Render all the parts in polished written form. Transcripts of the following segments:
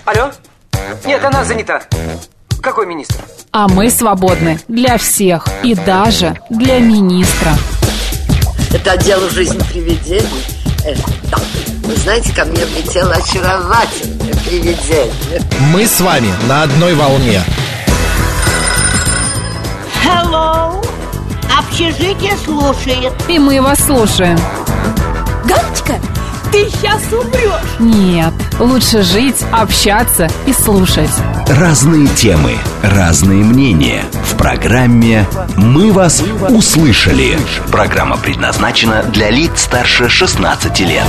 Алло? Нет, она занята. Какой министр? А мы свободны для всех и даже для министра. Это отдел «Жизнь привидений». Да. Вы знаете, ко мне влетело очаровательное привидение. Мы с вами на одной волне. Hello! Общежитие слушает. И мы вас слушаем. Галочка, ты сейчас умрешь. Нет, лучше жить, общаться и слушать. Разные темы, разные мнения. В программе «Мы вас услышали». Программа предназначена для лиц старше 16 лет.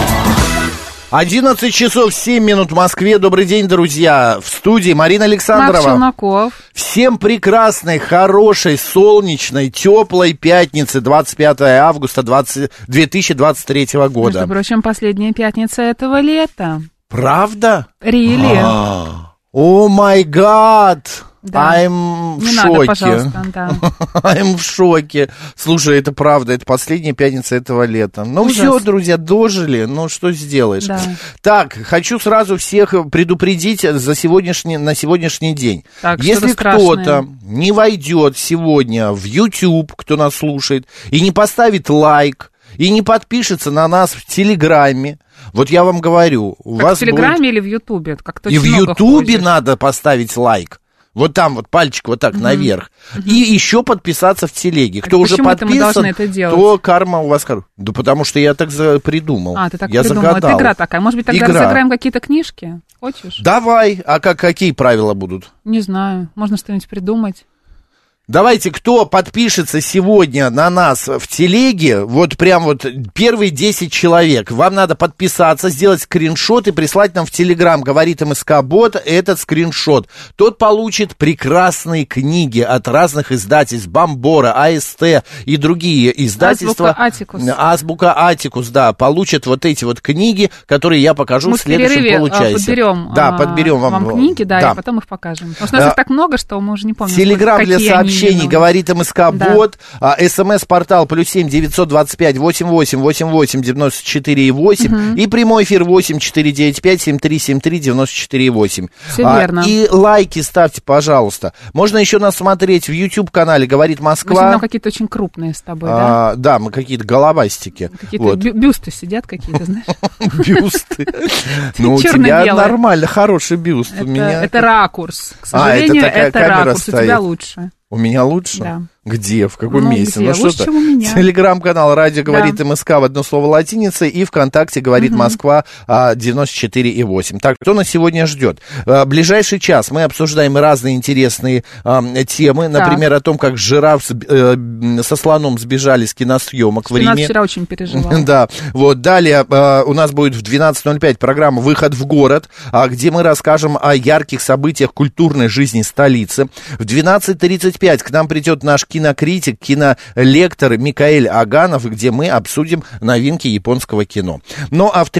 11 часов 7 минут в Москве. Добрый день, друзья. В студии Марина Александрова. Марк Челноков. Всем прекрасной, хорошей, солнечной, теплой пятницы, 25 августа 2023 года. Между прочим, последняя пятница этого лета. Правда? Really? О май гад! Да. I'm в Не шоке. надо, пожалуйста, да. I'm в шоке. Слушай, это правда, это последняя пятница этого лета. Ну все, друзья, дожили, ну что сделаешь. Да. Так, хочу сразу всех предупредить на сегодняшний день. Так, если кто-то не войдет сегодня в YouTube, кто нас слушает, и не поставит лайк, и не подпишется на нас в Телеграме, вот я вам говорю, у вас в Телеграме будет... или в Ютубе? И в Ютубе надо поставить лайк. Вот там вот пальчик вот так наверх. И еще подписаться в телеге. Кто уже подписан, то карма у вас... Да потому что я так придумал. А, ты так я придумал. загадал. Это игра такая. Может быть, тогда разыграем какие-то книжки? Хочешь? Давай. А какие правила будут? Не знаю. Можно что-нибудь придумать. Давайте, кто подпишется сегодня на нас в телеге, вот прям вот первые 10 человек, вам надо подписаться, сделать скриншот и прислать нам в Телеграм, говорит МСК-бот, этот скриншот. Тот получит прекрасные книги от разных издательств, Бомбора, АСТ и другие издательства. Азбука Атикус. Азбука Атикус, да, получат вот эти вот книги, которые я покажу мы в следующем получасе. Подберем вам книги, да, и потом их покажем. Потому что у нас их так много, что мы уже не помним. Телеграм для сообщений. Говорит МСК-бот, СМС-портал +7 925 88 88 94 8 и прямой эфир 8 495 7373 94 8. Все верно. И лайки ставьте, пожалуйста. Можно еще нас смотреть в YouTube-канале «Говорит Москва». Мы сегодня какие-то очень крупные с тобой, да? Да, мы какие-то головастики. Какие-то вот. Бюсты сидят какие-то, знаешь? Бюсты. Ну, у тебя нормально, хороший бюст. Это ракурс. К сожалению, это ракурс. У тебя лучше. У меня лучше? Да. Где? В каком месте? Где? Ну что-то. Телеграм-канал «Радио говорит МСК» в одно слово латиницей и ВКонтакте «Говорит Москва» 94,8. Так, кто нас сегодня ждет? Ближайший час мы обсуждаем разные интересные темы. Например, о том, как жираф со слоном сбежали с киносъемок в Риме. Я вчера очень переживала. Да. Вот. Далее у нас будет в 12:05 программа «Выход в город», где мы расскажем о ярких событиях культурной жизни столицы. В 12:35 к нам придет наш кинокритик, кинолектор Микаэль Аганов, где мы обсудим новинки японского кино. Ну, а в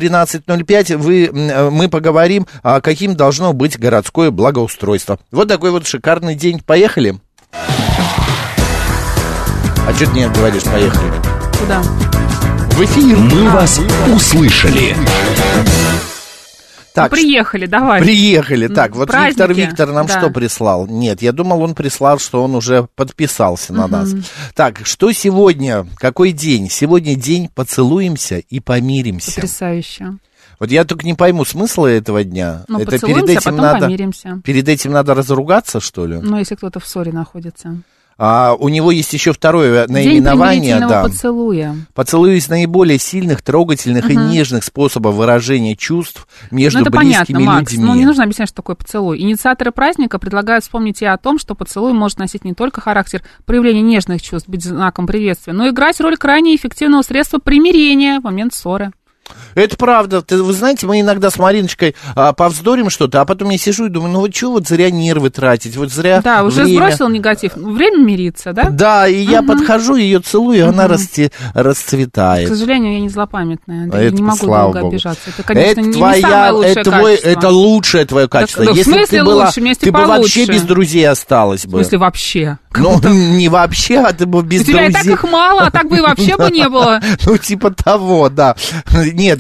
13:05 мы поговорим, каким должно быть городское благоустройство. Вот такой вот шикарный день. Поехали? А что ты не говоришь, поехали? Куда? В эфир. Мы вас услышали. Так, приехали, давай. Приехали. Так, вот праздники. Виктор нам что прислал? Нет, я думал, он прислал, что он уже подписался на нас. Так, что сегодня? Какой день? Сегодня день «Поцелуемся и помиримся». Потрясающе. Вот я только не пойму смысла этого дня. Ну, это поцелуемся, перед этим потом помиримся. Перед этим надо разругаться, что ли? Ну, если кто-то в ссоре находится. У него есть еще второе наименование. День примирительного поцелуя. Поцелуй из наиболее сильных, трогательных и нежных способов выражения чувств между близкими понятно, Макс. людьми. Ну, не нужно объяснять, что такое поцелуй. Инициаторы праздника предлагают вспомнить и о том, что поцелуй может носить не только характер проявления нежных чувств, быть знаком приветствия, но и играть роль крайне эффективного средства примирения в момент ссоры. Это правда. Вы знаете, мы иногда с Мариночкой повздорим что-то, а потом я сижу и думаю, ну вот что вот зря нервы тратить, вот зря Да, уже время... сбросил негатив. Время мириться, да? Да, и я подхожу, ее целую, и она расцветает. К сожалению, я не злопамятная, да, я не могу слава долго Богу. обижаться. Это, конечно, это не твоя, самое лучшее качество. Это лучшее твое качество. Так, если в смысле ты была, лучше? Мне ты бы вообще без друзей осталась бы. В смысле вообще? Ну, не вообще, а ты бы без друзей. У тебя и так их мало, а так бы и вообще бы не было. Ну, типа того, да. Нет,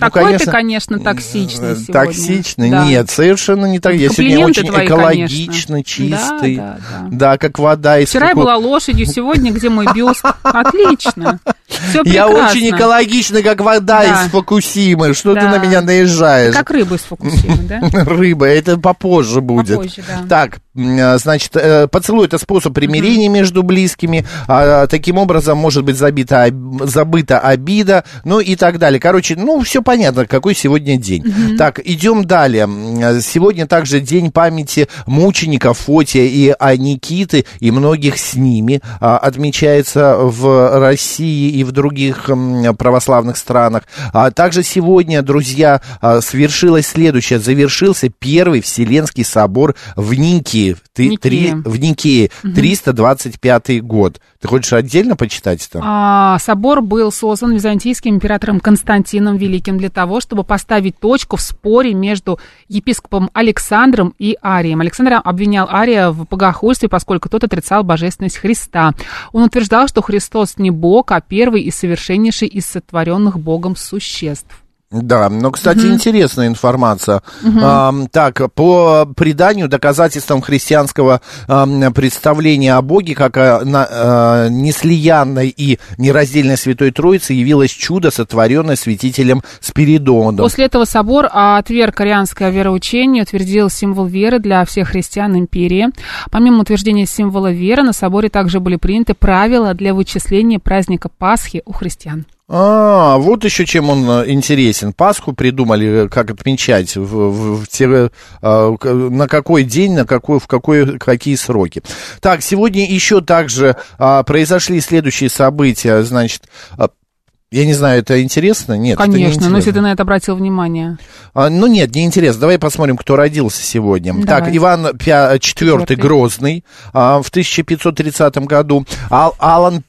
такой ты, конечно, токсичный сегодня. Токсичный? Да. Нет, совершенно не так. Я сегодня очень твои, экологичный, чистый. Да, как вода из Вчера я была лошадью, сегодня где мой бюст? Отлично. Все прекрасно. Я очень экологичный, как вода из Фукусимы. Что ты на меня наезжаешь? Как рыба из Фукусимы, да? Рыба, это попозже будет. Попозже, да. Так, значит, поцелуй — это способ примирения между близкими. Таким образом может быть забыта обида, ну и так далее. Короче, все понятно, какой сегодня день. Так, идем далее. Сегодня также день памяти мучеников Фотия и Никиты, и многих с ними. Отмечается в России и в других православных странах. Также сегодня, друзья, завершился Первый Вселенский собор в Никее. В Никее. 325 год. Ты хочешь отдельно почитать это? Собор был создан византийским императором Константином Великим для того, чтобы поставить точку в споре между епископом Александром и Арием. Александр обвинял Ария в богохульстве, поскольку тот отрицал божественность Христа. Он утверждал, что Христос не Бог, а первый и совершеннейший из сотворенных Богом существ. Да, но, кстати, интересная информация. Так, по преданию, доказательством христианского представления о Боге, как о неслиянной и нераздельной Святой Троице, явилось чудо, сотворенное святителем Спиридоном. После этого собор отверг арианское вероучение, утвердил символ веры для всех христиан империи. Помимо утверждения символа веры, на соборе также были приняты правила для вычисления праздника Пасхи у христиан. Вот еще чем он интересен. Пасху придумали, как отмечать, на какой день, какие сроки. Так, сегодня еще также произошли следующие события, значит... Я не знаю, это интересно? Нет, конечно, это не интересно. Но если ты на это обратил внимание. Нет, не интересно. Давай посмотрим, кто родился сегодня. Давай. Так, Иван IV Грозный в 1530 году. Алан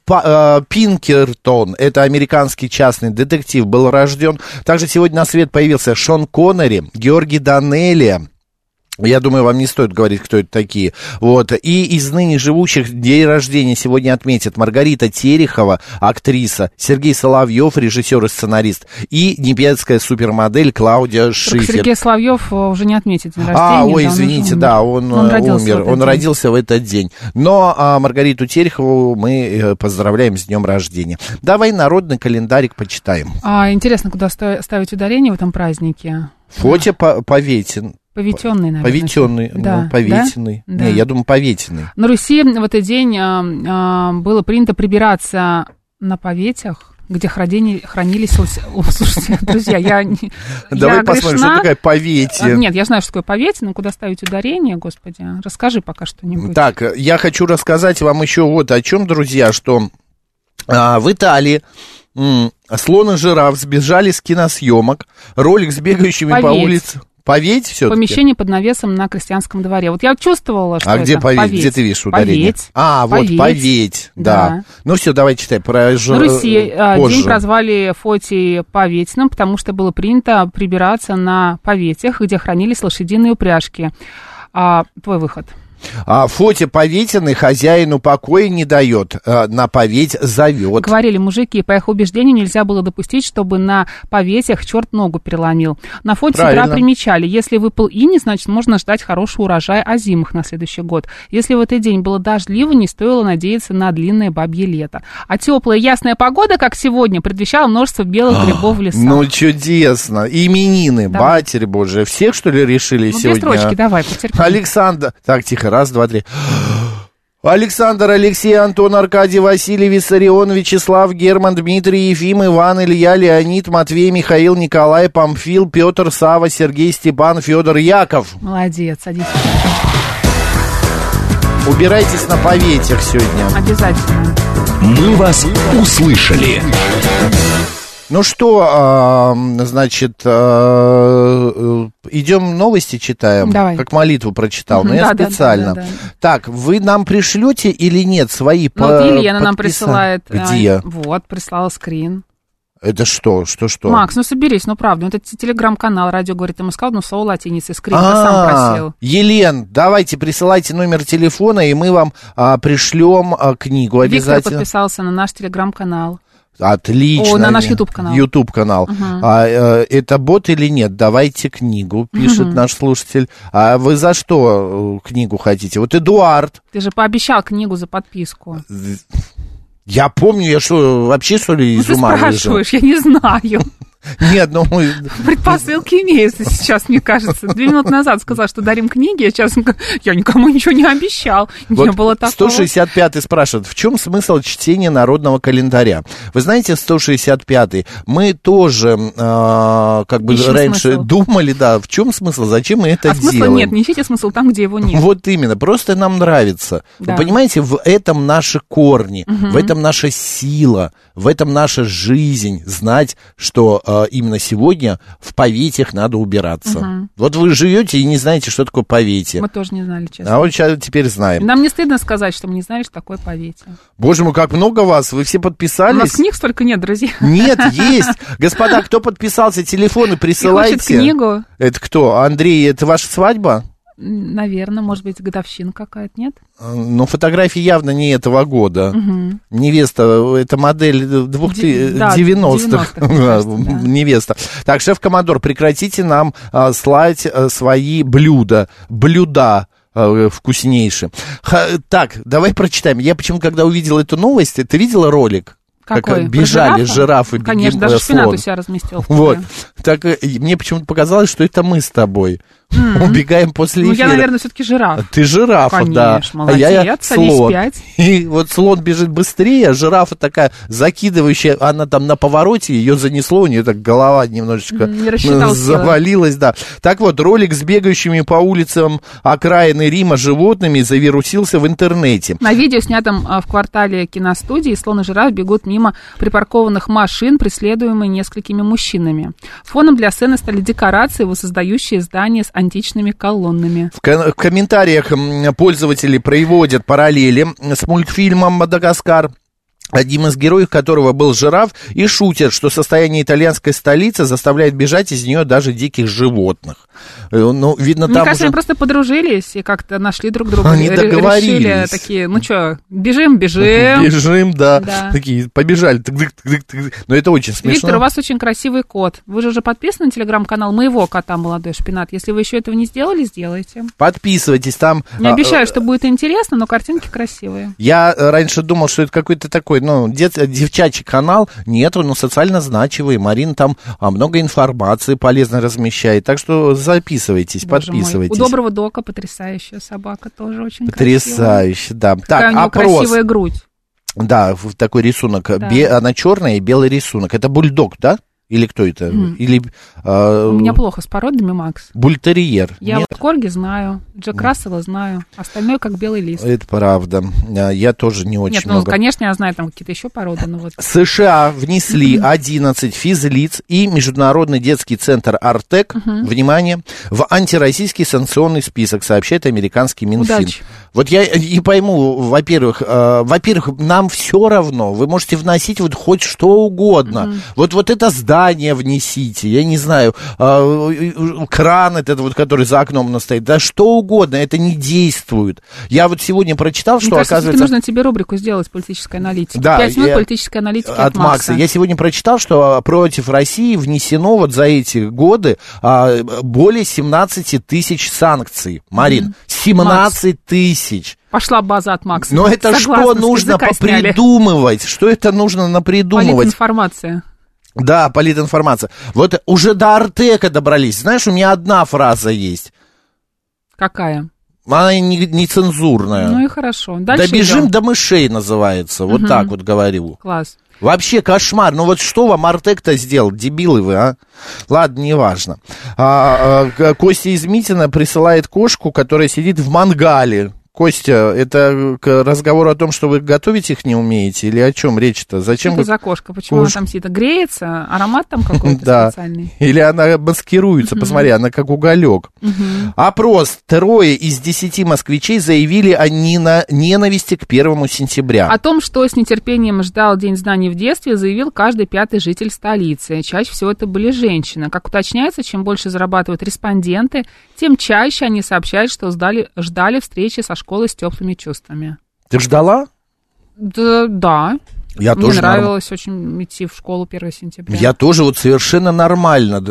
Пинкертон, это американский частный детектив, был рожден. Также сегодня на свет появился Шон Коннери, Георгий Данелия. Я думаю, вам не стоит говорить, кто это такие. Вот. И из ныне живущих день рождения сегодня отметят Маргарита Терехова, актриса, Сергей Соловьев, режиссер и сценарист, и немецкая супермодель Клаудия Шифер. Сергей Соловьев уже не отметит день рождения. Извините, он умер. Он родился в этот день. Но Маргариту Терехову мы поздравляем с днем рождения. Давай народный календарик почитаем. Интересно, куда ставить ударение в этом празднике? Фотя Поветин. Поветенный, наверное. Поветенный, да. Поветенный. Да? Не, я думаю, Поветенный. На Руси в этот день было принято прибираться на поветях, где хранились... Слушайте, друзья, Давай посмотрим, что такое поветье. Нет, я знаю, что такое поветье, но куда ставить ударение, господи. Расскажи пока что-нибудь. Так, я хочу рассказать вам еще вот о чем, друзья, что в Италии слон и жираф сбежали с киносъемок. Ролик с бегающими по улице... Поветь все-таки? Помещение под навесом на крестьянском дворе. Вот я чувствовала, что это где поветь? Где ты видишь ударение? Поветь, да. Ну все, давай читай. На Руси день прозвали Фотий Поветиным, потому что было принято прибираться на поветях, где хранились лошадиные упряжки. Твой выход. Фотя Поветиный хозяину покоя не дает, на поветь зовет. Говорили мужики, по их убеждению нельзя было допустить, чтобы на поветях черт ногу переломил. На Фоте с утра примечали, если выпал иней, значит, можно ждать хорошего урожая озимых на следующий год. Если в этот день было дождливо, не стоило надеяться на длинное бабье лето. А теплая ясная погода, как сегодня, предвещала множество белых грибов в лесах. Ну, чудесно. Именины, Матерь Божия. Всех, что ли, решили сегодня? 2 строчки, давай, потерпи. Александр. Так, тихо. Раз, два, три. Александр, Алексей, Антон, Аркадий, Василий, Виссарион, Вячеслав, Герман, Дмитрий, Ефим, Иван, Илья, Леонид, Матвей, Михаил, Николай, Памфил, Петр, Сава, Сергей, Степан, Федор, Яков. Молодец, садись. Убирайтесь на поветях сегодня. Обязательно. Мы вас услышали. Ну что, значит, идем новости читаем. Давай. Как молитву прочитал, но я специально. Да. Так, вы нам пришлете или нет свои подписания? Елена нам присылает. Где? Вот, прислала скрин. Это что? Макс, ну соберись, ну правда, это телеграм-канал, радио говорит МСК, но слово латиницей, скрин, ты сам просил. Елен, давайте присылайте номер телефона, и мы вам пришлем книгу обязательно. Виктор подписался на наш телеграм-канал. Отлично. О, на наш YouTube-канал. YouTube-канал. Это бот или нет? Давайте книгу, пишет наш слушатель. А вы за что книгу хотите? Вот Эдуард. Ты же пообещал книгу за подписку. Я помню, я что, вообще, что ли, из ума выжил? Ты спрашиваешь, я не знаю. Нет, ну мы... Предпосылки имеются сейчас, мне кажется. 2 минуты назад сказал, что дарим книги, а сейчас я никому ничего не обещал. Вот не было такого. 165-й спрашивает, в чем смысл чтения народного календаря? Вы знаете, 165-й, мы тоже как бы ищем раньше смысл. Думали, да, в чем смысл, зачем мы это делаем? Смысла нет, не ищите смысл там, где его нет. Вот именно, просто нам нравится. Да. Вы понимаете, в этом наши корни, в этом наша сила, в этом наша жизнь, знать, что именно сегодня в поветиях надо убираться. Вот вы живете и не знаете, что такое поветие. Мы тоже не знали, честно. А вот сейчас теперь знаем. Нам не стыдно сказать, что мы не знали, что такое поветие. Боже мой, как много вас, вы все подписались? У нас книг столько нет, друзья. Нет, есть. Господа, кто подписался, телефоны присылайте. И хочет книгу. Это кто? Андрей, это ваша свадьба? Наверное, может быть, годовщина какая-то, нет? Ну, фотографии явно не этого года. Невеста, это модель 90-х. Невеста. Так, шеф-командор, прекратите нам слать свои блюда вкуснейшие. Так, давай прочитаем. Я почему-то, когда увидел эту новость, ты видела ролик? Какой? Как бежали жирафы. Конечно, даже шпинат у себя разместил. Вот. Так, мне почему-то показалось, что это мы с тобой. Убегаем после эфира. Ну, я, наверное, все-таки жираф. Ты жирафа, конечно, да. Молодец, а я слон. 5. И вот слон бежит быстрее, а жирафа такая закидывающая, она там на повороте, ее занесло, у нее так голова немножечко завалилась, да. Так вот, ролик с бегающими по улицам окраины Рима животными завирусился в интернете. На видео, снятом в квартале киностудии, слон и жираф бегут мимо припаркованных машин, преследуемые несколькими мужчинами. Фоном для сцены стали декорации, воссоздающие здания с античными колоннами. В комментариях пользователи проводят параллели с мультфильмом «Мадагаскар», одним из героев которого был жираф, и шутят, что состояние итальянской столицы заставляет бежать из нее даже диких животных. Ну, видно, мне там кажется, уже... они просто подружились и как-то нашли друг друга. Они договорились. Решили такие, ну что, бежим. Бежим, да. Такие, побежали. Но это очень смешно. Виктор, у вас очень красивый кот. Вы же уже подписаны на телеграм-канал моего кота «Молодой шпинат». Если вы еще этого не сделали, сделайте. Подписывайтесь там. Не обещаю, что будет интересно, но картинки красивые. Я раньше думал, что это какой-то такой, девчачий канал. Нет, он социально значимый. Марина там много информации полезной размещает. Так что записывайтесь, Боже подписывайтесь. Мой. У доброго Дока потрясающая собака, тоже очень потрясающе, да. Какая так, у него опрос. Красивая грудь. Да, такой рисунок. Да. Она черная и белый рисунок. Это бульдог, да? Или кто это? Или, у меня плохо с породами, Макс. Бультерьер. Я вот Корги знаю, Джек Рассела знаю, остальное как белый лист. Это правда. Я тоже не очень много. Нет, конечно, я знаю там какие-то еще породы. Но вот. США внесли 11 физлиц и Международный детский центр «Артек», внимание, в антироссийский санкционный список, сообщает американский Минфин. Удачи. Вот я не пойму, во-первых, нам все равно, вы можете вносить вот хоть что угодно. Вот это здание внесите, я не знаю, кран этот вот, который за окном стоит, да что угодно, это не действует. Я вот сегодня прочитал, что, оказывается... нужно тебе рубрику сделать политической аналитики. Да, 5 минут политической аналитики от Макса. Я сегодня прочитал, что против России внесено вот за эти годы более 17 тысяч санкций. Марин, 17 тысяч. Пошла база от Макса. Но это что нужно попридумывать? Что это нужно напридумывать? Политинформация. Да, политинформация. Вот уже до Артека добрались. Знаешь, у меня одна фраза есть. Какая? Она нецензурная. Ну и хорошо. Дальше «Добежим идем. до мышей» называется. Вот так вот говорю. Класс. Вообще кошмар. Ну вот что вам Артек-то сделал? Дебилы вы, а? Ладно, неважно. Костя из Митина присылает кошку, которая сидит в мангале. Костя, это к разговору о том, что вы готовить их не умеете? Или о чем речь-то? Зачем? Что это за кошка? Почему она там сидит? Греется? Аромат там какой-то специальный? Или она маскируется? Посмотри, она как уголек. Опрос. 3 из 10 москвичей заявили о ненависти к 1 сентября. О том, что с нетерпением ждал День знаний в детстве, заявил каждый 5-й житель столицы. Чаще всего это были женщины. Как уточняется, чем больше зарабатывают респонденты, тем чаще они сообщают, что ждали встречи со школы с теплыми чувствами. Ты ждала? Да. Мне тоже нравилось очень идти в школу 1 сентября. Я тоже вот совершенно нормально.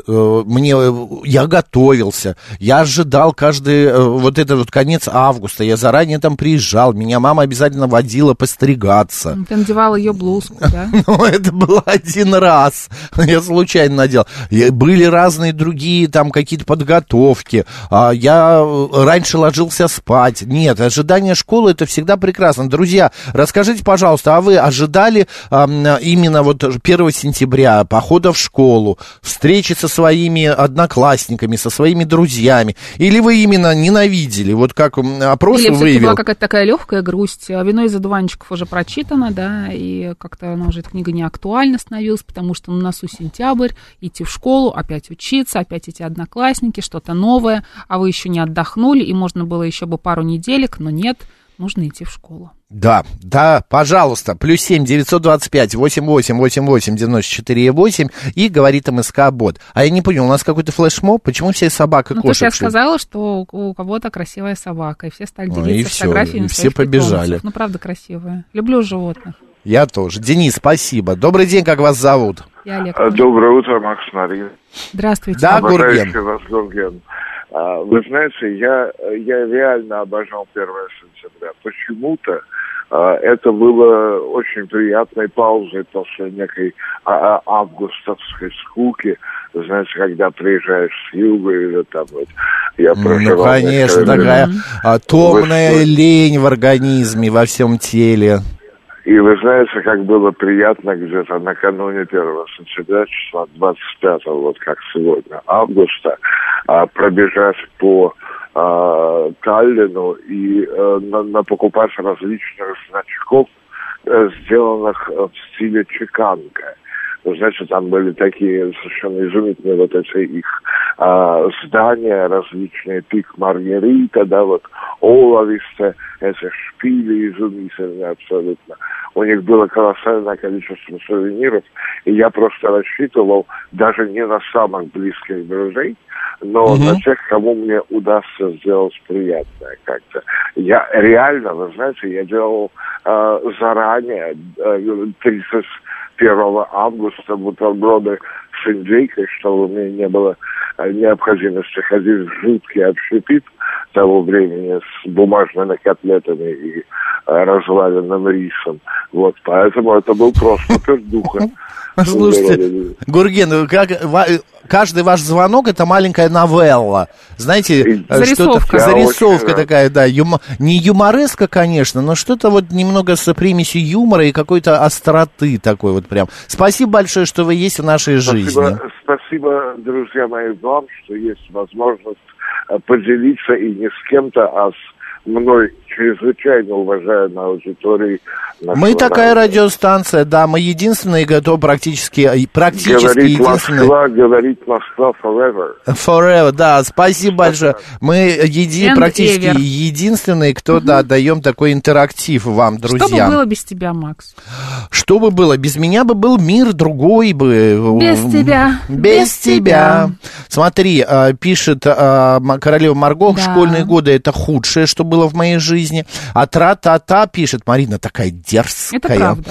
Я готовился. Я ожидал каждый вот этот вот конец августа. Я заранее там приезжал. Меня мама обязательно водила постригаться. Ты надевал ее блузку, да? Ну, это было один раз. Я случайно надел. Были разные другие там какие-то подготовки. Я раньше ложился спать. Нет, ожидание школы — это всегда прекрасно. Друзья, расскажите, пожалуйста, а вы ожидали именно вот 1 сентября, похода в школу, встречи со своими одноклассниками, со своими друзьями, или вы именно ненавидели, вот как опрос или выявил? Или была какая-то такая легкая грусть, «Вино из одуванчиков» уже прочитано, да, и как-то она уже, эта книга, не актуальна становилась, потому что на носу сентябрь, идти в школу, опять учиться, опять эти одноклассники, что-то новое, а вы еще не отдохнули, и можно было еще бы пару неделек, но нет, нужно идти в школу. Да, пожалуйста, +7 925 88 88 94 8 и говорит МСК-бот. А я не понял, у нас какой-то флешмоб? Почему все собак и кошек? Ну, то есть я сказала, что у кого-то красивая собака, и все стали делиться фотографиями и все побежали. Ну, правда, красивая. Люблю животных. Я тоже. Денис, спасибо. Добрый день, как вас зовут? Я Олег. Доброе утро, Макс, Марина. Здравствуйте. Да, Гурген. Гурген. Вы знаете, я реально обожал 1 сентября. Почему-то это было очень приятной паузой после некой августовской скуки. Знаете, когда приезжаешь с юга или там вот я проживал... Ну, конечно, такая томная лень в организме, во всем теле. И вы знаете, как было приятно где-то накануне 1 сентября, числа 25, вот как сегодня, августа, пробежать по Таллину и покупать различных значков, сделанных в стиле чеканка. Значит, там были такие совершенно изумительные вот эти их здания различные, пик Маргарита, да, вот Оловисте, эти шпили изумительные абсолютно. У них было колоссальное количество сувениров, и я просто рассчитывал даже не на самых близких друзей, но на тех, кому мне удастся сделать приятное как-то. Я реально, вы знаете, я делал заранее 31 августа бутерброды с индейкой, чтобы у меня не было необходимости ходить в жуткий общепит того времени с бумажными котлетами и разваленным рисом. Вот, поэтому это был просто пердуха. Слушайте, Гурген, каждый ваш звонок — это маленькая новелла. Знаете, зарисовка такая, да. Не юмореска, конечно, но что-то вот немного с примесью юмора и какой-то остроты такой вот прям. Спасибо большое, что вы есть в нашей жизни. Спасибо, друзья мои, вам, что есть возможность поделиться и не с кем-то, а с мной чрезвычайно уважаемой аудиторией. Мы такая радиостанция, да, мы единственные, кто практически говорит единственные. Говорит Москва forever. Forever, да, спасибо большое. Мы практически единственные, кто, да, даем такой интерактив вам, друзья. Что бы было без тебя, Макс? Что бы было? Без меня бы был мир другой бы. Без тебя. Без тебя. Смотри, пишет королева Марго, да. Школьные годы — это худшее, что было в моей жизни. А тра-та-та пишет Марина, такая дерзкая. Это правда.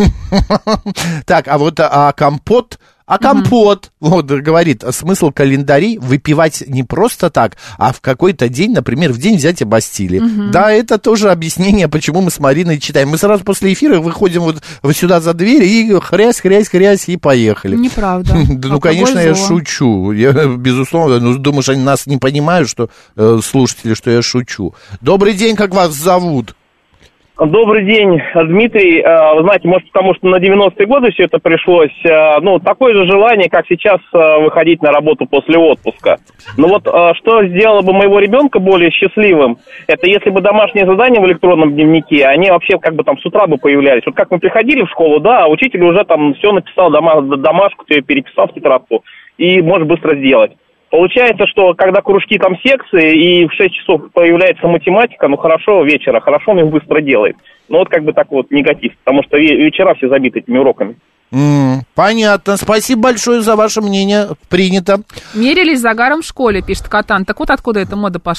Так, а вот компот... вот, говорит, смысл календарей выпивать не просто так, а в какой-то день, например, в день взятия Бастилии. Да, это тоже объяснение, почему мы с Мариной читаем. Мы сразу после эфира выходим вот сюда за дверь и хрясь, и поехали. Неправда. Ну, конечно, я шучу. Безусловно, думаешь, они нас не понимают, что слушатели, что я шучу. Добрый день, как вас зовут? Добрый день, Дмитрий. Вы знаете, может, потому что на 90-е годы все это пришлось, такое же желание, как сейчас, выходить на работу после отпуска. Но вот что сделало бы моего ребенка более счастливым, это если бы домашние задания в электронном дневнике, они вообще как бы там с утра бы появлялись. Вот как мы приходили в школу, да, а учитель уже там все написал, домашку, ты переписал в тетрадку, и можешь быстро сделать. Получается, что когда кружки там секции, и в 6 часов появляется математика, хорошо вечера, хорошо он их быстро делает. Но вот как бы так вот негатив, потому что вечера все забиты этими уроками. Понятно. Спасибо большое за ваше мнение. Принято. Мерились загаром в школе, пишет Катан. Так вот откуда эта мода пошла?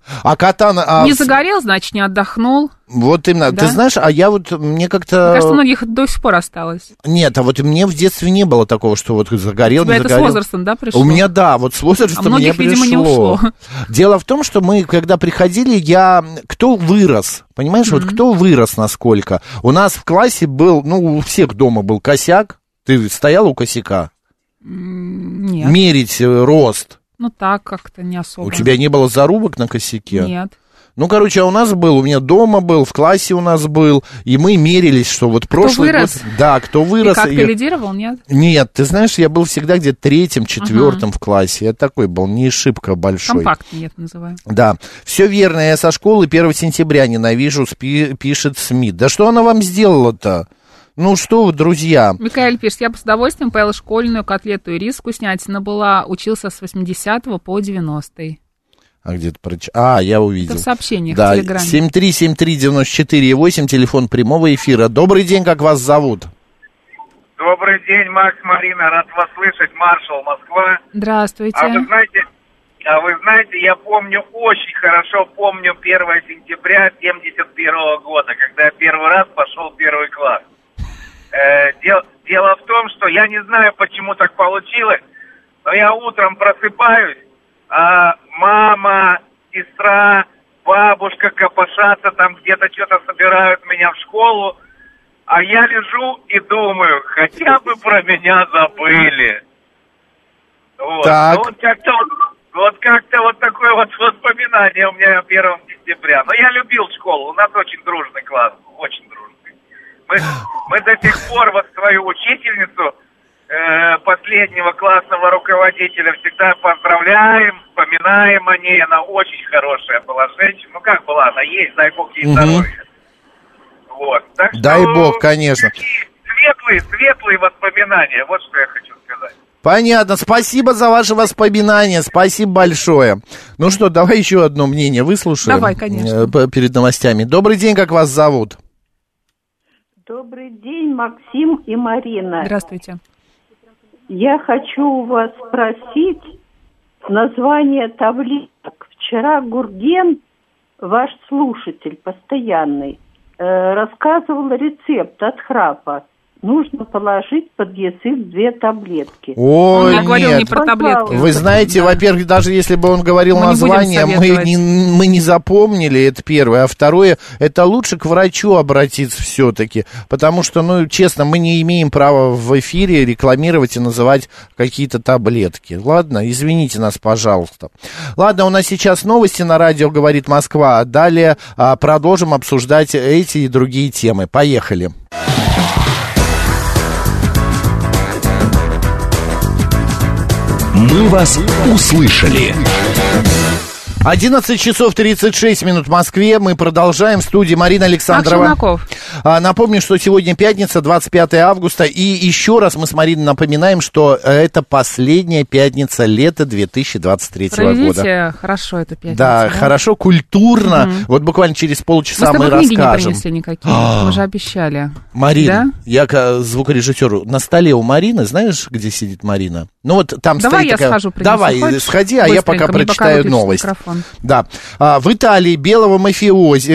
А кота... Не загорел, значит, не отдохнул. Вот именно. Да? Ты знаешь, а я вот, мне как-то... Мне кажется, у многих до сих пор осталось. Нет, а вот мне в детстве не было такого, что вот загорел, не это загорел. С возрастом, да, пришло? У меня, да, вот с возрастом мне пришло. Видимо, не ушло. Дело в том, что мы, когда приходили, кто вырос, понимаешь, вот кто вырос насколько. У нас в классе был, у всех дома был косяк. Ты стояла у косяка? Нет. Мерить рост. Так как-то не особо. У тебя не было зарубок на косяке? Нет. У нас был, у меня дома был, в классе у нас был, и мы мерились, что вот прошлый год... Да, кто вырос. И как, ты лидировал, нет? Нет, ты знаешь, я был всегда где-то 3-м, 4-м в классе. Я такой был, не шибко большой. Компактный, я это называю. Да, все верно, я со школы 1 сентября ненавижу, пишет Смит. Да что она вам сделала-то? Что вы, друзья? Микаэль пишет, я бы с удовольствием поела школьную котлету и рис вкуснятина была, учился с 80 по 90-й. А где-то я увидел. Это в сообщениях да, в Телеграме. 7373948, телефон прямого эфира. Добрый день, как вас зовут? Добрый день, Макс, Марина, рад вас слышать, Маршал, Москва. Здравствуйте. А вы знаете, я очень хорошо помню 1 сентября 71 года, когда я первый раз пошел в 1 класс. Дело в том, что я не знаю, почему так получилось, но я утром просыпаюсь, а мама, сестра, бабушка копошатся, там где-то что-то собирают меня в школу, а я лежу и думаю, хотя бы про меня забыли. Вот. Так. Как-то такое воспоминание у меня 1 сентября. Но я любил школу, у нас очень дружный класс, очень дружный. Мы до сих пор свою учительницу, последнего классного руководителя, всегда поздравляем, вспоминаем о ней. Она очень хорошая была женщина. Как была, она есть, дай бог ей здоровья. Вот. Так что дай бог, конечно. Светлые воспоминания, вот что я хочу сказать. Понятно, спасибо за ваши воспоминания, спасибо большое. Давай еще одно мнение выслушаем. Давай, конечно. Перед новостями. Добрый день, как вас зовут? Добрый день, Максим и Марина. Здравствуйте. Я хочу у вас спросить название таблеток. Вчера Гурген, ваш слушатель постоянный, рассказывал рецепт от храпа. Нужно положить под язык 2 таблетки. Ой, я говорил не про таблетки. Вы знаете, во-первых, даже если бы он говорил название, мы не запомнили, это первое. А второе, это лучше к врачу обратиться все-таки. Потому что, честно, мы не имеем права в эфире рекламировать и называть какие-то таблетки. Ладно, извините нас, пожалуйста. Ладно, у нас сейчас новости на радио «Говорит Москва». А далее продолжим обсуждать эти и другие темы. Поехали. Мы вас услышали. 11 часов 36 минут в Москве. Мы продолжаем. В студии Марина Александрова. Напомню, что сегодня пятница, 25 августа. И еще раз мы с Мариной напоминаем, что это последняя пятница лета 2023 года. Проведите хорошо эту пятницу. Да, хорошо, культурно. Вот буквально через полчаса мы расскажем. Мы не принесли никакие. Мы же обещали. Марина, я как звукорежиссер, на столе у Марины, знаешь, где сидит Марина? Там давай стоит я схожу, принесу. Давай, сходи, а я пока прочитаю новость. Да. В Италии беглого мафиози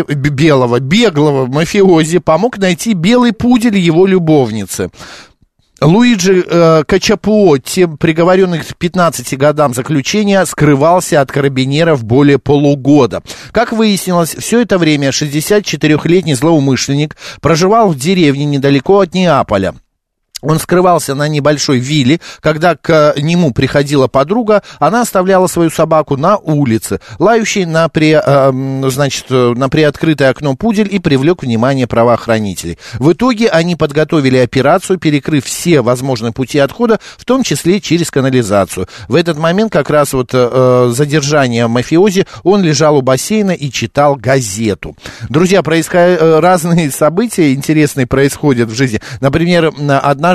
помог найти белый пудель его любовницы. Луиджи Качапуотти, приговоренный к 15 годам заключения, скрывался от карабинеров более полугода. Как выяснилось, все это время 64-летний злоумышленник проживал в деревне недалеко от Неаполя. Он скрывался на небольшой вилле. Когда к нему приходила подруга, она оставляла свою собаку на улице. Лающий на приоткрытое окно пудель и привлек внимание правоохранителей. В итоге они подготовили операцию, перекрыв все возможные пути отхода, в том числе через канализацию. В этот момент как раз задержание мафиози, он лежал у бассейна и читал газету. Друзья, разные события интересные происходят в жизни. Например, однажды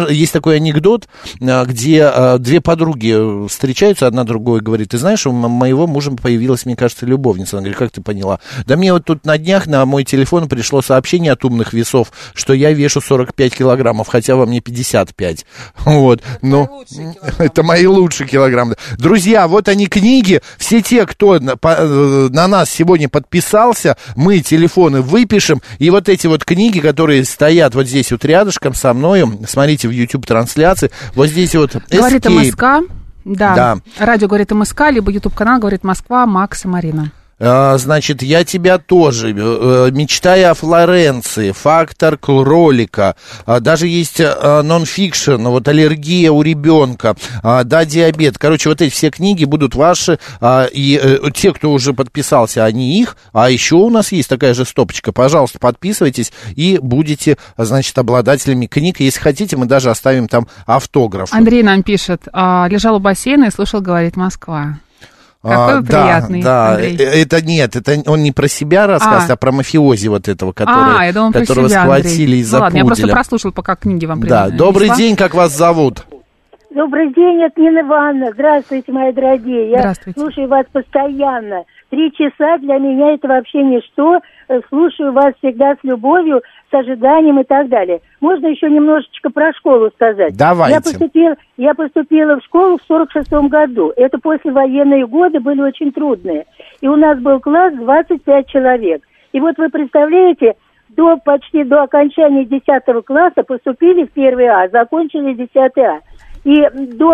есть такой анекдот, где две подруги встречаются, одна другой говорит: ты знаешь, у моего мужа появилась, мне кажется, любовница. Она говорит: как ты поняла? Да мне вот тут на днях на мой телефон пришло сообщение от умных весов, что я вешу 45 килограммов, хотя во мне 55. Вот. Ну, это мои лучшие килограммы. Друзья, вот они книги. Все те, кто на нас сегодня подписался, мы телефоны выпишем. И вот эти вот книги, которые стоят вот здесь вот рядышком со мной, смотрите в YouTube-трансляции, вот здесь вот Говорит МСК, да. Радио говорит МСК, либо YouTube-канал говорит Москва, Макс и Марина. Значит, я тебя тоже, мечтая о Флоренции, фактор кролика, даже есть нон-фикшн, вот аллергия у ребенка, да, диабет. Короче, вот эти все книги будут ваши, и те, кто уже подписался, они их, а еще у нас есть такая же стопочка. Пожалуйста, подписывайтесь и будете, значит, обладателями книг. Если хотите, мы даже оставим там автограф. Андрей нам пишет: лежал у бассейна и слушал, говорит Москва. Какой вы приятный, да, Андрей. Это он не про себя рассказывает, а про мафиози вот этого, которого себя, схватили из-за пуделя. Ладно, я просто прослушал, пока книги вам принесли. Да, добрый день, как вас зовут? Добрый день, это Нина Ивановна. Здравствуйте, мои дорогие. Я слушаю вас постоянно. 3 часа для меня это вообще ничто. Слушаю вас всегда с любовью, с ожиданием и так далее. Можно еще немножечко про школу сказать? Давайте. Я поступила в школу в 46-м году. Это послевоенные годы были очень трудные. И у нас был класс 25 человек. И вот вы представляете, почти до окончания 10 класса поступили в 1 А, закончили 10 А. И до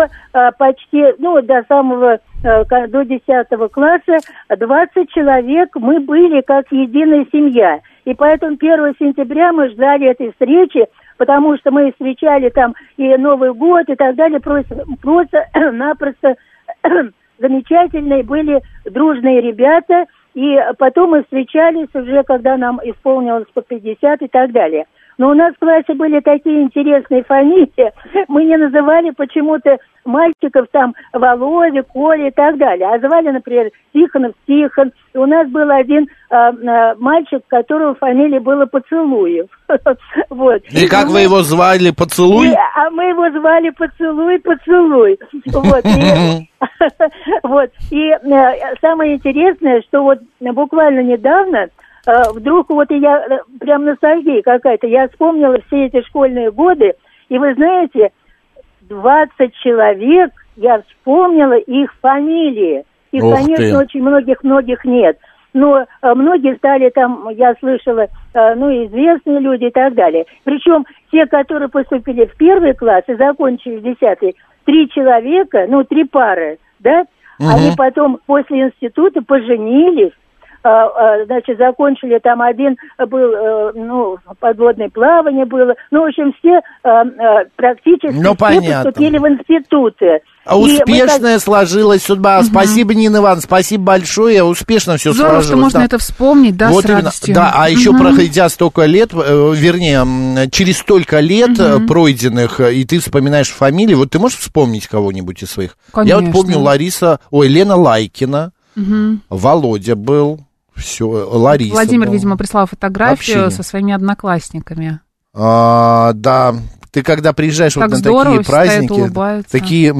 10 класса 20 человек мы были как единая семья. И поэтому 1 сентября мы ждали этой встречи, потому что мы встречали там и Новый год и так далее. Просто-напросто замечательные были дружные ребята. И потом мы встречались уже, когда нам исполнилось по 50 и так далее. Но у нас в классе были такие интересные фамилии. Мы не называли почему-то мальчиков там Володя, Коля и так далее. А звали, например, Тихонов Тихон. И у нас был один мальчик, которого фамилия была Поцелуев. Вот. И как вы его звали? Поцелуй? А мы его звали Поцелуй. Вот. И самое интересное, что вот буквально недавно вдруг вот я прям ностальгия какая-то. Я вспомнила все эти школьные годы, и вы знаете, 20 человек, я вспомнила их фамилии. И, конечно, очень многих нет. Но многие стали там, я слышала, известные люди и так далее. Причем те, которые поступили в 1 класс и закончили 10-й, 3 человека, 3 пары, да, они потом после института поженились. Значит, закончили, там один был, подводное плавание было. В общем, все практически все поступили в институты. Успешная сложилась судьба. Спасибо, Нина Ивановна, спасибо большое. Успешно все сложилось. Здорово, что можно это вспомнить, да, вот с радостью. Да, а еще проходя столько лет, через столько лет пройденных, и ты вспоминаешь фамилии, вот ты можешь вспомнить кого-нибудь из своих? Конечно. Я вот помню Лена Лайкина, Володя был. Все, Лариса. Владимир, видимо, прислал фотографию со своими одноклассниками. Да, ты когда приезжаешь так вот на здорово, такие праздники, такие,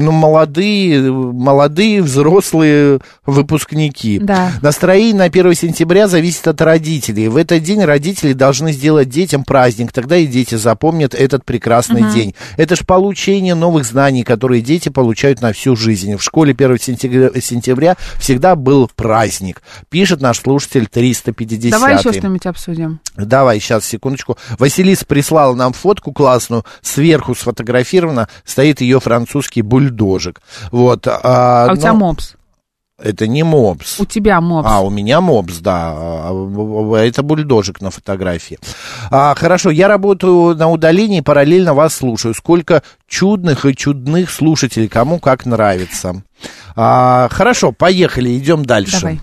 молодые, взрослые выпускники. Да. Настроение на 1 сентября зависит от родителей. В этот день родители должны сделать детям праздник, тогда и дети запомнят этот прекрасный день. Это ж получение новых знаний, которые дети получают на всю жизнь. В школе 1 сентября всегда был праздник. Пишет наш слушатель 350. Давай еще что-нибудь обсудим. Давай, сейчас, секундочку. Василиса прислала нам фотку классную. Сверху сфотографировано, стоит ее французский бульдожик. Вот, у тебя мопс? Это не мопс. У тебя мопс. У меня мопс, да. Это бульдожик на фотографии. Хорошо, я работаю на удалении, параллельно вас слушаю. Сколько чудных и чудных слушателей, кому как нравится. Хорошо, поехали, идем дальше. Давай.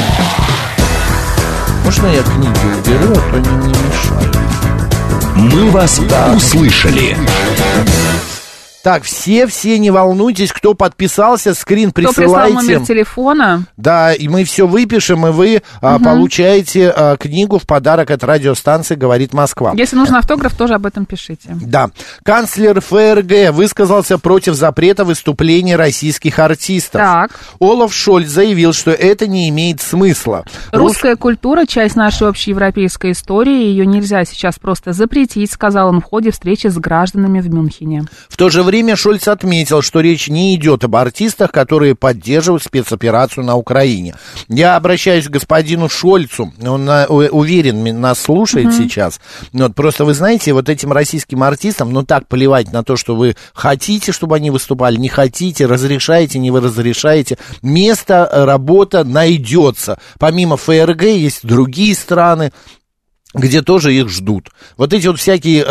Можно я книги уберу, а то они мне мешают. Мы вас услышали. Так, все не волнуйтесь, кто подписался, скрин присылайте. Кто прислал номер телефона. Да, и мы все выпишем, и вы получаете книгу в подарок от радиостанции «Говорит Москва». Если нужен автограф, тоже об этом пишите. Да. Канцлер ФРГ высказался против запрета выступлений российских артистов. Так. Олаф Шольц заявил, что это не имеет смысла. Русская культура — часть нашей общеевропейской истории, ее нельзя сейчас просто запретить, сказал он в ходе встречи с гражданами в Мюнхене. В то же время Шольц отметил, что речь не идет об артистах, которые поддерживают спецоперацию на Украине. Я обращаюсь к господину Шольцу, он уверен, нас слушает сейчас. Вот, просто вы знаете, вот этим российским артистам, ну так плевать на то, что вы хотите, чтобы они выступали, не хотите, разрешаете, не вы разрешаете. Место, работа найдется. Помимо ФРГ есть другие страны, где тоже их ждут. Вот эти вот всякие,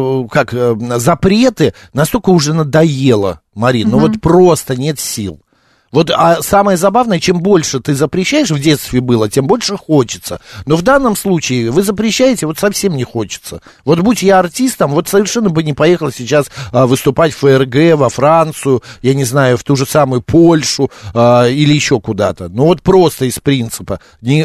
запреты настолько уже надоело, Марин, ну вот просто нет сил. Вот, а самое забавное, чем больше ты запрещаешь, в детстве было, тем больше хочется. Но в данном случае вы запрещаете, вот совсем не хочется. Вот будь я артистом, вот совершенно бы не поехал сейчас выступать в ФРГ, во Францию, я не знаю, в ту же самую Польшу или еще куда-то. Ну вот просто из принципа,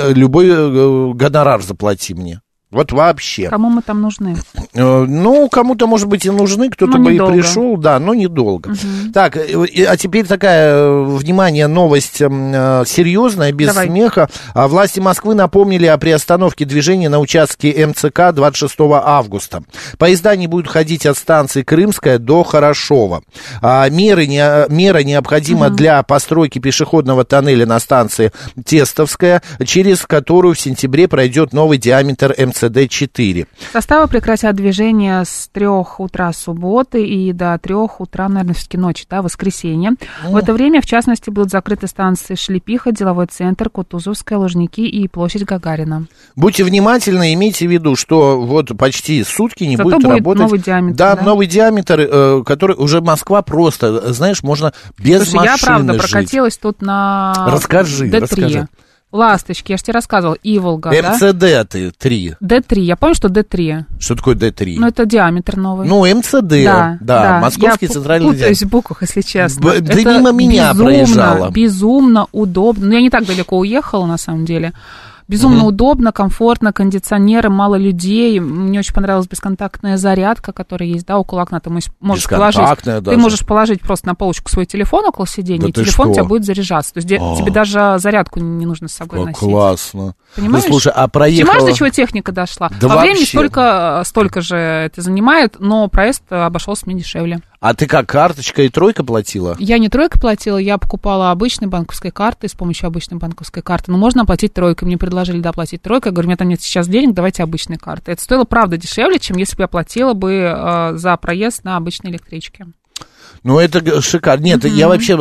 любой гонорар заплати мне. Вот вообще. Кому мы там нужны? Ну, кому-то, может быть, и нужны, кто-то бы и пришел, да, но недолго. Так, а теперь такая, внимание, новость серьезная, без смеха. Власти Москвы напомнили о приостановке движения на участке МЦК 26 августа. Поезда не будут ходить от станции Крымская до Хорошова. Мера необходима для постройки пешеходного тоннеля на станции Тестовская, через которую в сентябре пройдет новый диаметр МЦД-4. Составы прекратят движение с 3 утра субботы и до 3 утра, наверное, все-таки ночи, да, воскресенья. В это время, в частности, будут закрыты станции Шлепиха, Деловой центр, Кутузовская, Лужники и площадь Гагарина. Будьте внимательны, имейте в виду, что вот почти сутки не Зато будет работать. Новый диаметр, да, новый диаметр, который уже Москва просто, знаешь, можно без машины жить. Я, правда, прокатилась тут на Расскажи. Ласточки, я же тебе рассказывала, Иволга, МЦД 3. Д3, я помню, что Д3. Что такое Д3? Ну, это диаметр новый. Ну, МЦД, да. Московский центральный диаметр. Я путаюсь в буквах, если честно. Ты мимо меня проезжала. Безумно удобно. Ну, я не так далеко уехала, на самом деле. Безумно удобно, комфортно, кондиционеры, мало людей. Мне очень понравилась бесконтактная зарядка, которая есть, да, около окна. Ты можешь положить, ты можешь положить просто на полочку свой телефон около сиденья, и телефон у тебя будет заряжаться. То есть тебе даже зарядку не нужно с собой носить. Классно. Понимаешь? Ну, слушай, а проехала... Понимаешь, до чего техника дошла? Да по времени столько же это занимает, но проезд обошелся мне дешевле. А ты как, карточка и тройка платила? Я не тройка платила, я покупала обычной банковской картой, с помощью обычной банковской карты. Но можно оплатить тройкой. Мне предложили доплатить тройкой. Я говорю, у меня там нет сейчас денег, давайте обычной картой. Это стоило, правда, дешевле, чем если бы я платила бы за проезд на обычной электричке. Ну, это шикарно. Нет, я вообще,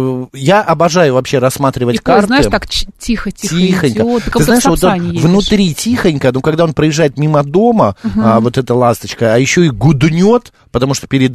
я обожаю вообще рассматривать карты. Знаешь, так тихо-тихо идет. Ты знаешь, вот внутри тихонько, ну, когда он проезжает мимо дома, вот эта ласточка, а еще и гуднет, потому что перед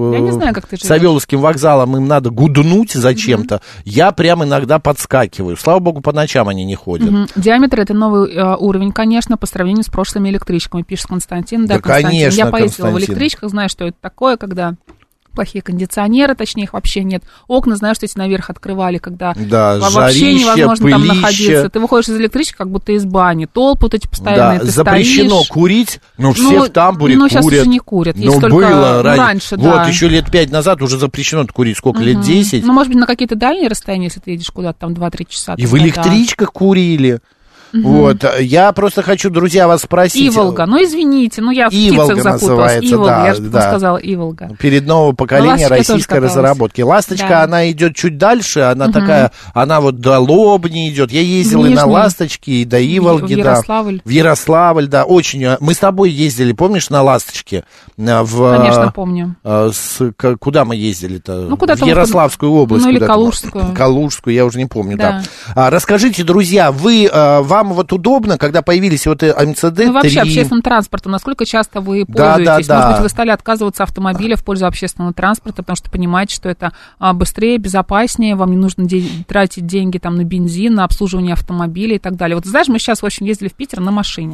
Савеловским вокзалом им надо гуднуть зачем-то, я прям иногда подскакиваю. Слава богу, по ночам они не ходят. Диаметр — это новый уровень, конечно, по сравнению с прошлыми электричками, пишет Константин. Да, Константин. Конечно, я поездила в электричках, знаю, что это такое, когда... плохие кондиционеры, точнее, их вообще нет. Окна, знаешь, что эти наверх открывали, когда вообще невозможно там находиться. Ты выходишь из электрички, как будто из бани. Толпы вот эти постоянные, ты запрещено стоишь. Курить, но все в тамбуре курят. Ну, сейчас уже не курят. Ну, было раньше, да. Вот, еще лет 5 назад уже запрещено курить. Сколько, лет 10? Ну, может быть, на какие-то дальние расстояния, если ты едешь куда-то, там, 2-3 часа. И в электричках курили. Вот, я просто хочу, друзья, вас спросить. Иволга, ну извините, ну я в птицах запуталась. Иволга, я же сказала Иволга. Перед нового поколения российской разработки. Ласточка, она идет чуть дальше, она такая, она вот до Лобни идет. Я ездил и на Ласточке, и до Иволги, да. В Ярославль, да, очень. Мы с тобой ездили, помнишь, на Ласточке? Конечно, помню. Куда мы ездили-то? Ну, куда-то в Ярославскую область. Ну, или Калужскую. Калужскую, я уже не помню, да. Расскажите, друзья, вам вот удобно, когда появились вот МЦД-3? Ну, вообще общественным транспортом, насколько часто вы пользуетесь? Да. Может быть, вы стали отказываться от автомобиля в пользу общественного транспорта, потому что понимаете, что это быстрее, безопаснее, вам не нужно тратить деньги там на бензин, на обслуживание автомобиля и так далее. Вот знаешь, мы сейчас, в общем, ездили в Питер на машине.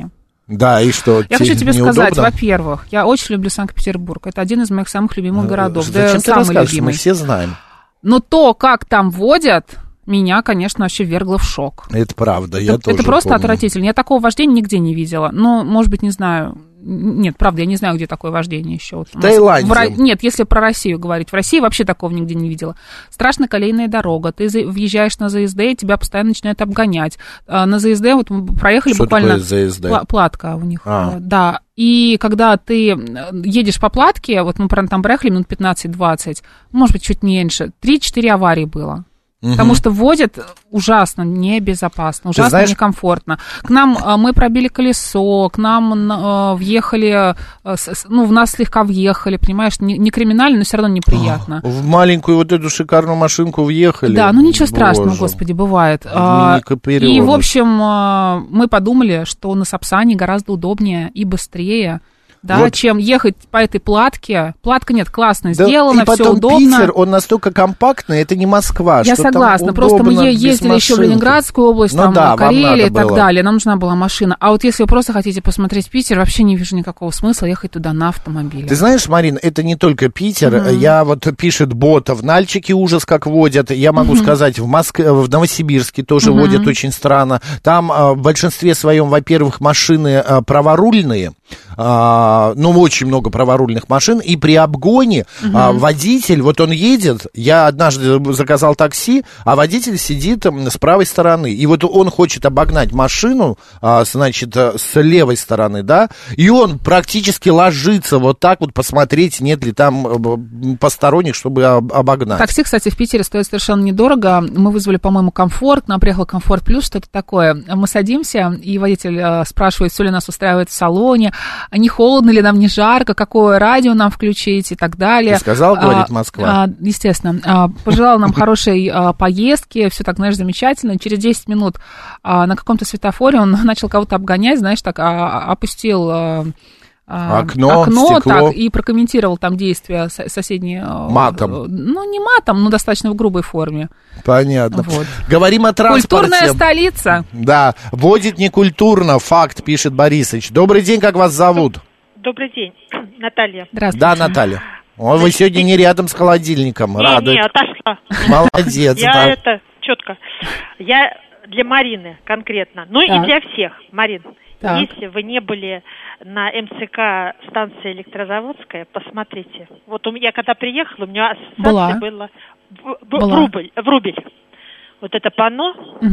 Да, и что? Я хочу тебе неудобно? сказать, во-первых, я очень люблю Санкт-Петербург. Это один из моих самых любимых городов. Зачем ты расскажешь? Мы все знаем. Но то, как там водят, меня, конечно, вообще ввергло в шок. Это правда, я тоже Это просто помню. отвратительно. Я такого вождения нигде не видела. Ну, может быть, не знаю. Нет, правда, я не знаю, где такое вождение еще. Вот Таиланде. Нет, если про Россию говорить. В России вообще такого нигде не видела. Страшная колейная дорога. Ты въезжаешь на ЗСД, и тебя постоянно начинают обгонять. На ЗСД вот мы проехали что буквально... Что такое ЗСД? Платка у них. Да. И когда ты едешь по платке, вот мы там проехали минут 15-20, может быть, чуть меньше, 3-4 аварии было. Потому что водят ужасно небезопасно, ужасно некомфортно. К нам мы пробили колесо, к нам въехали, в нас слегка въехали, понимаешь, не криминально, но все равно неприятно. В маленькую вот эту шикарную машинку въехали. Да, ну ничего страшного, господи, бывает. И, в общем, мы подумали, что на Сапсане гораздо удобнее и быстрее. Да, вот. Чем ехать по этой платке. Платка, нет, классно сделана, все удобно. Питер, он настолько компактный, это не Москва. Я согласна, просто мы ездили еще в Ленинградскую область, там, Карелия и так далее, нам нужна была машина. А вот если вы просто хотите посмотреть Питер, вообще не вижу никакого смысла ехать туда на автомобиле. Ты знаешь, Марин, это не только Питер. Я вот, пишет Бота, в Нальчике ужас как водят. Я могу сказать, в Москве, в Новосибирске тоже водят очень странно. Там в большинстве своем, во-первых, машины праворульные, очень много праворульных машин, и при обгоне водитель, вот он едет, я однажды заказал такси, а водитель сидит с правой стороны, и вот он хочет обогнать машину, значит, с левой стороны, да, и он практически ложится вот так вот посмотреть, нет ли там посторонних, чтобы обогнать. Такси, кстати, в Питере стоит совершенно недорого, мы вызвали, по-моему, Комфорт, нам приехал Комфорт Плюс, что-то такое, мы садимся, и водитель спрашивает, все ли нас устраивает в салоне, не холодно ли нам, не жарко, какое радио нам включить и так далее. Ты сказал, говорит Москва? Естественно. Пожелал нам хорошей поездки, все так, знаешь, замечательно. Через 10 минут на каком-то светофоре он начал кого-то обгонять, знаешь, так опустил... окно так, и прокомментировал там действия соседние... Матом. Не матом, но достаточно в грубой форме. Понятно. Вот. Говорим о транспорте. Культурная столица. Да, водит некультурно, факт, пишет Борисович. Добрый день, как вас зовут? Добрый день, Наталья. Здравствуйте. Да, Наталья. Вы сегодня не рядом с холодильником. Не, отошла. Молодец. Я это, четко. Я для Марины конкретно. Ну и для всех, Марин. Так. Если вы не были на МЦК станции Электрозаводская, посмотрите. Вот я когда приехала, у меня ассоциация была в рубль. Вот это панно,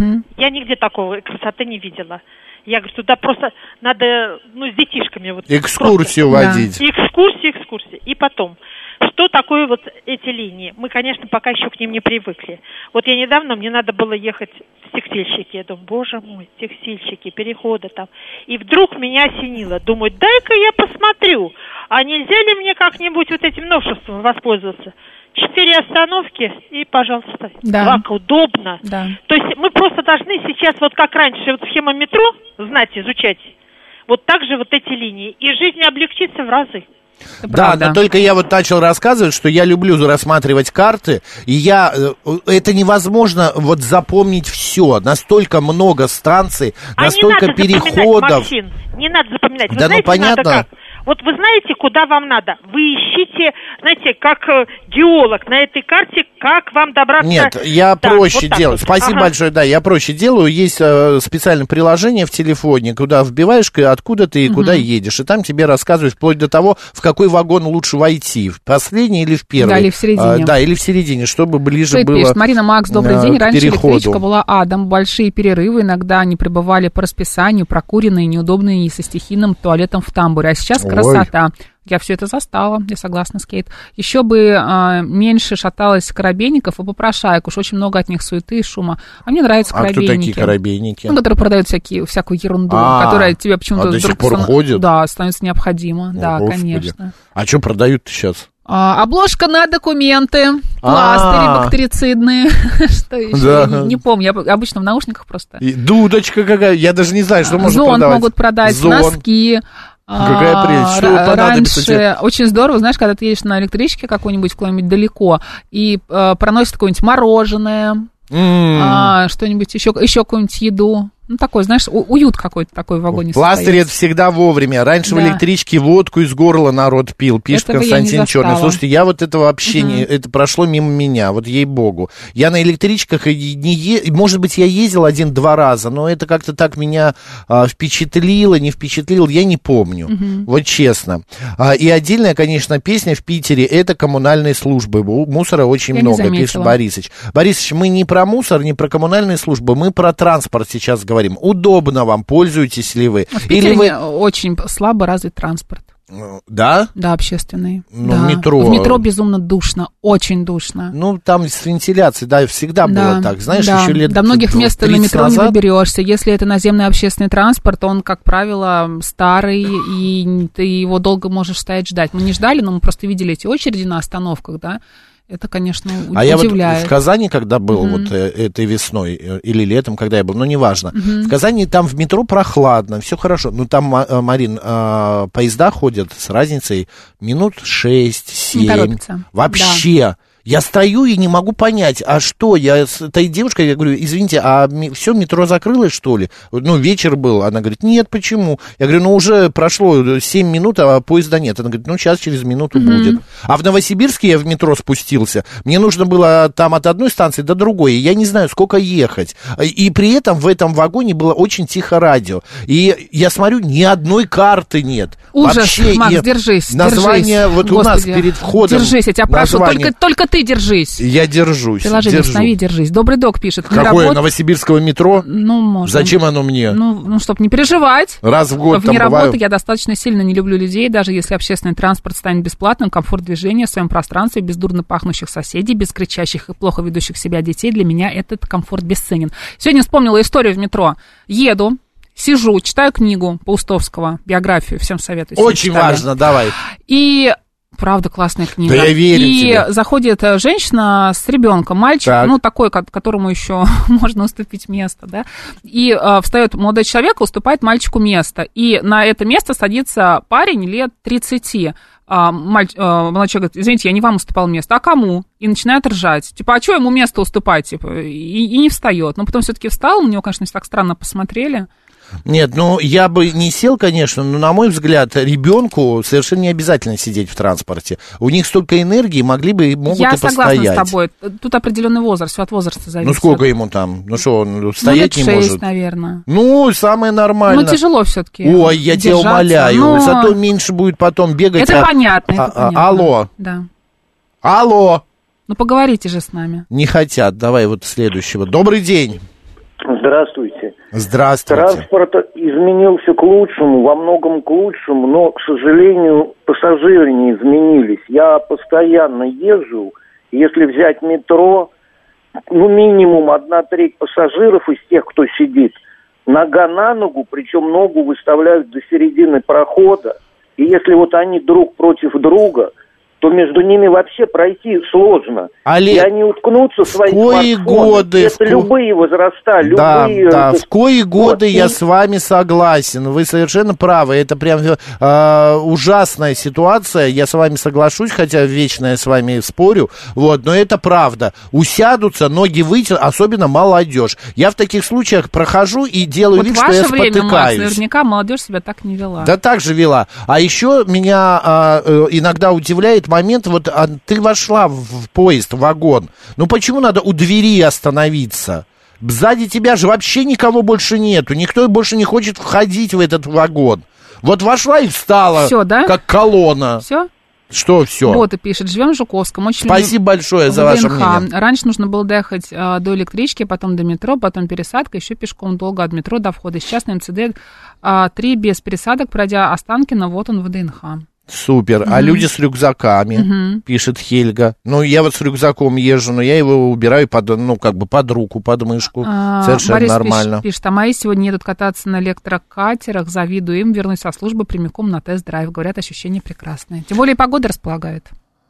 я нигде такого красоты не видела. Я говорю, туда просто надо, с детишками. Вот экскурсию водить. Да. Экскурсии. И потом, что такое вот эти линии? Мы, конечно, пока еще к ним не привыкли. Вот я недавно, мне надо было ехать в текстильщики. Я думаю, боже мой, текстильщики, переходы там. И вдруг меня осенило. Думаю, дай-ка я посмотрю, а нельзя ли мне как-нибудь вот этим новшеством воспользоваться? 4 остановки и, пожалуйста, как удобно. Да. То есть мы просто должны сейчас, вот как раньше, вот схема метро знать, изучать, вот так же вот эти линии, и жизнь облегчится в разы. Да, но только я вот начал рассказывать, что я люблю рассматривать карты, и это невозможно вот запомнить все, настолько много станций, настолько переходов. Максим, не надо запоминать. Вы да, знаете, понятно. Надо как? Вот вы знаете, куда вам надо? Вы ищите, знаете, как геолог на этой карте, как вам добраться... Нет, я проще делаю. Вот. Спасибо большое, да, я проще делаю. Есть специальное приложение в телефоне, куда вбиваешь, откуда ты и куда едешь. И там тебе рассказывают вплоть до того, в какой вагон лучше войти. В последний или в первый? Да, или в середине. Да, или в середине, чтобы ближе Что было пишет? Марина Макс, добрый день. Раньше электричка была адом. Большие перерывы, иногда они пребывали по расписанию, прокуренные, неудобные и со стихийным туалетом в тамбуре. А сейчас красота. Я все это застала, я согласна с Кейт. Еще бы меньше шаталось коробейников и попрошаек. Уж очень много от них суеты и шума. А мне нравятся коробейники. А кто такие коробейники? Которые продают всякую ерунду, которая тебе почему-то до сих пор ходит? Да, становится необходима. Да, Господи. Конечно. А что продают-то сейчас? Обложка на документы, пластыри бактерицидные. Что еще? Да. Не помню, я обычно в наушниках просто. Дудочка какая, я даже не знаю, что можно продавать. Зонт могут продать, носки. Какая прелесть, что понадобится. Раньше очень здорово, знаешь, когда ты едешь на электричке какой-нибудь куда-нибудь далеко и проносят какое-нибудь мороженое, что-нибудь еще какую-нибудь еду. Ну, такой, знаешь, уют какой-то такой в вагоне. Пластырь это всегда вовремя. Раньше в электричке водку из горла народ пил, пишет этого Константин Черный. Слушайте, я вот это вообще не... Это прошло мимо меня, вот ей-богу. Я на электричках может быть, я ездил 1-2 раза, но это как-то так меня впечатлило, не впечатлило, я не помню. Вот честно. И отдельная, конечно, песня в Питере — это коммунальные службы. Мусора очень много, пишет Борисыч. Борисыч, мы не про мусор, не про коммунальные службы, мы про транспорт сейчас говорим. Удобно вам, пользуетесь ли вы? В Питере очень слабо развит транспорт. Да? Да, общественный. Ну, да. Метро. В метро безумно душно, очень душно. Ну, там с вентиляцией, да, всегда было так. Знаешь, еще лет до многих мест на метро назад... не доберешься. Если это наземный общественный транспорт, он, как правило, старый, и ты его долго можешь стоять ждать. Мы не ждали, но мы просто видели эти очереди на остановках, да. Это, конечно, удивляет. Я вот в Казани, когда был вот этой весной или летом, когда я был, ну, неважно. В Казани там в метро прохладно, все хорошо. Ну, там, Марин, поезда ходят с разницей минут 6-7. Вообще. Да. Я стою и не могу понять, а что, я с этой девушкой, я говорю, извините, а все, метро закрылось, что ли? Ну, вечер был. Она говорит, нет, почему? Я говорю, ну, уже прошло 7 минут, а поезда нет. Она говорит, ну, сейчас через минуту будет. А в Новосибирске я в метро спустился. Мне нужно было там от одной станции до другой. Я не знаю, сколько ехать. И при этом в этом вагоне было очень тихо радио. И я смотрю, ни одной карты нет. Ужас, вообще, Макс, держись. Название держись. вот Господи, у нас перед входом. Держись, я тебя прошу, только ты держись. Я держусь. Приложение «Установи», держись. Добрый док пишет. Какое, Новосибирского метро? Ну, можно. Зачем оно мне? Ну, чтобы не переживать. Раз в год там бываю. Работы я достаточно сильно не люблю людей, даже если общественный транспорт станет бесплатным, комфорт движения в своем пространстве, без дурно пахнущих соседей, без кричащих и плохо ведущих себя детей, для меня этот комфорт бесценен. Сегодня вспомнила историю в метро. Еду, сижу, читаю книгу Паустовского, биографию, всем советую. Очень важно, давай. И... Правда, классная книга. Да я верю тебе. Заходит женщина с ребенком, мальчик, ну, такой, которому еще можно уступить место, да, и встает молодой человек, уступает мальчику место, и на это место садится парень лет 30. Молодой человек говорит, извините, я не вам уступал место, а кому? И начинает ржать. Типа, а что ему место уступать? Типа, и не встает. Но потом все-таки встал, на него, конечно, так странно посмотрели. Нет, ну, я бы не сел, конечно, но, на мой взгляд, ребенку совершенно не обязательно сидеть в транспорте. У них столько энергии, могут и постоять. Я согласна с тобой. Тут определенный возраст, все от возраста зависит. Ну, сколько ему там? Ну, что, он стоять лет не 6, может? Наверное. Ну, самое нормально. Ну, тяжело все-таки. Ой, я тебя умоляю. Но... Зато меньше будет потом бегать. Это понятно, это понятно. Алло. Да. Алло. Ну, поговорите же с нами. Не хотят. Давай вот следующего. Добрый день. Здравствуйте. Здравствуйте. Транспорт изменился к лучшему, во многом к лучшему, но, к сожалению, пассажиры не изменились. Я постоянно езжу, если взять метро, ну, минимум 1/3 пассажиров из тех, кто сидит, нога на ногу, причем ногу выставляют до середины прохода, и если вот они друг против друга, то между ними вообще пройти сложно. И они уткнутся в свои смартфоны. Это любые возраста, любые... Да, в кои годы я с вами согласен. Вы совершенно правы. Это прям ужасная ситуация. Я с вами соглашусь, хотя вечно я с вами спорю. Вот, но это правда. Усядутся, ноги вытянут, особенно молодежь. Я в таких случаях прохожу и делаю вид, что я спотыкаюсь. Время, Макс, наверняка молодежь себя так не вела. Да так же вела. А еще меня иногда удивляет момент, вот ты вошла в поезд, в вагон, ну почему надо у двери остановиться? Сзади тебя же вообще никого больше нету, никто больше не хочет входить в этот вагон. Вот вошла и встала, все, да? Как колонна. Все? Что все? Бота пишет, живем в Жуковском. Очень спасибо большое за ваше мнение. Раньше нужно было доехать до электрички, потом до метро, потом пересадка, еще пешком долго от метро до входа. Сейчас на МЦД 3 без пересадок, пройдя Останкино, вот он в ВДНХ. Супер. А люди с рюкзаками, пишет Хельга. Ну, я вот с рюкзаком езжу, но я его убираю под руку, под мышку. Совершенно Борис нормально. Пишет, а мои сегодня едут кататься на электрокатерах, завидую им, вернусь со службы прямиком на тест-драйв. Говорят, ощущения прекрасные. Тем более погода располагает.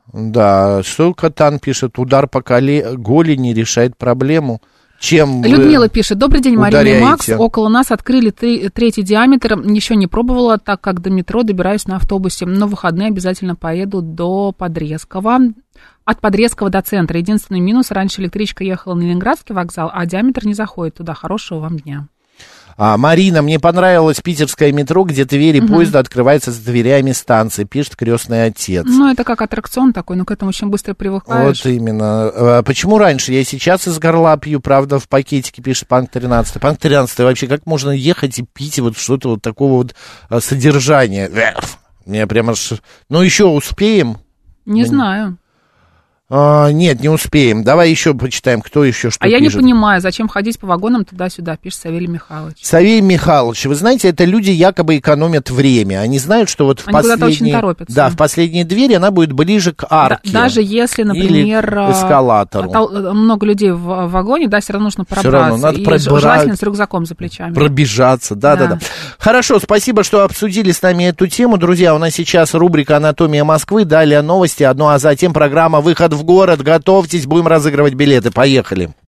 Да, что Катан пишет, удар по голени решает проблему. Чем Людмила пишет, добрый день, Марина и Макс, около нас открыли третий диаметр, еще не пробовала, так как до метро добираюсь на автобусе, но в выходные обязательно поеду до Подрезкова, от Подрезкова до центра. Единственный минус, раньше электричка ехала на Ленинградский вокзал, а диаметр не заходит туда. Хорошего вам дня. Марина, мне понравилось питерское метро, где двери поезда открываются с дверями станции, пишет крестный отец. Ну, это как аттракцион такой, но к этому очень быстро привыкаешь. Вот именно. Почему раньше? Я сейчас из горла пью, правда, в пакетике, пишет Панк 13. Панк 13, вообще, как можно ехать и пить вот что-то вот такого вот содержания? Мне прямо... Ну, еще успеем? Не знаю. Нет, не успеем. Давай еще почитаем, кто еще что пишет. Я не понимаю, зачем ходить по вагонам туда-сюда, пишет Савелий Михайлович. Савелий Михайлович, вы знаете, это люди якобы экономят время. Они знают, что вот в последние... очень торопятся. Да, в последней двери она будет ближе к арке. Даже если, например... Или эскалатору. Много людей в вагоне, да, все равно нужно пробраться. Все равно надо желательно с рюкзаком за плечами. Пробежаться, да. Хорошо, спасибо, что обсудили с нами эту тему. Друзья, у нас сейчас рубрика «Анатомия Москвы», далее новости, а затем программа «Выход в город». Готовьтесь, будем разыгрывать билеты. Поехали.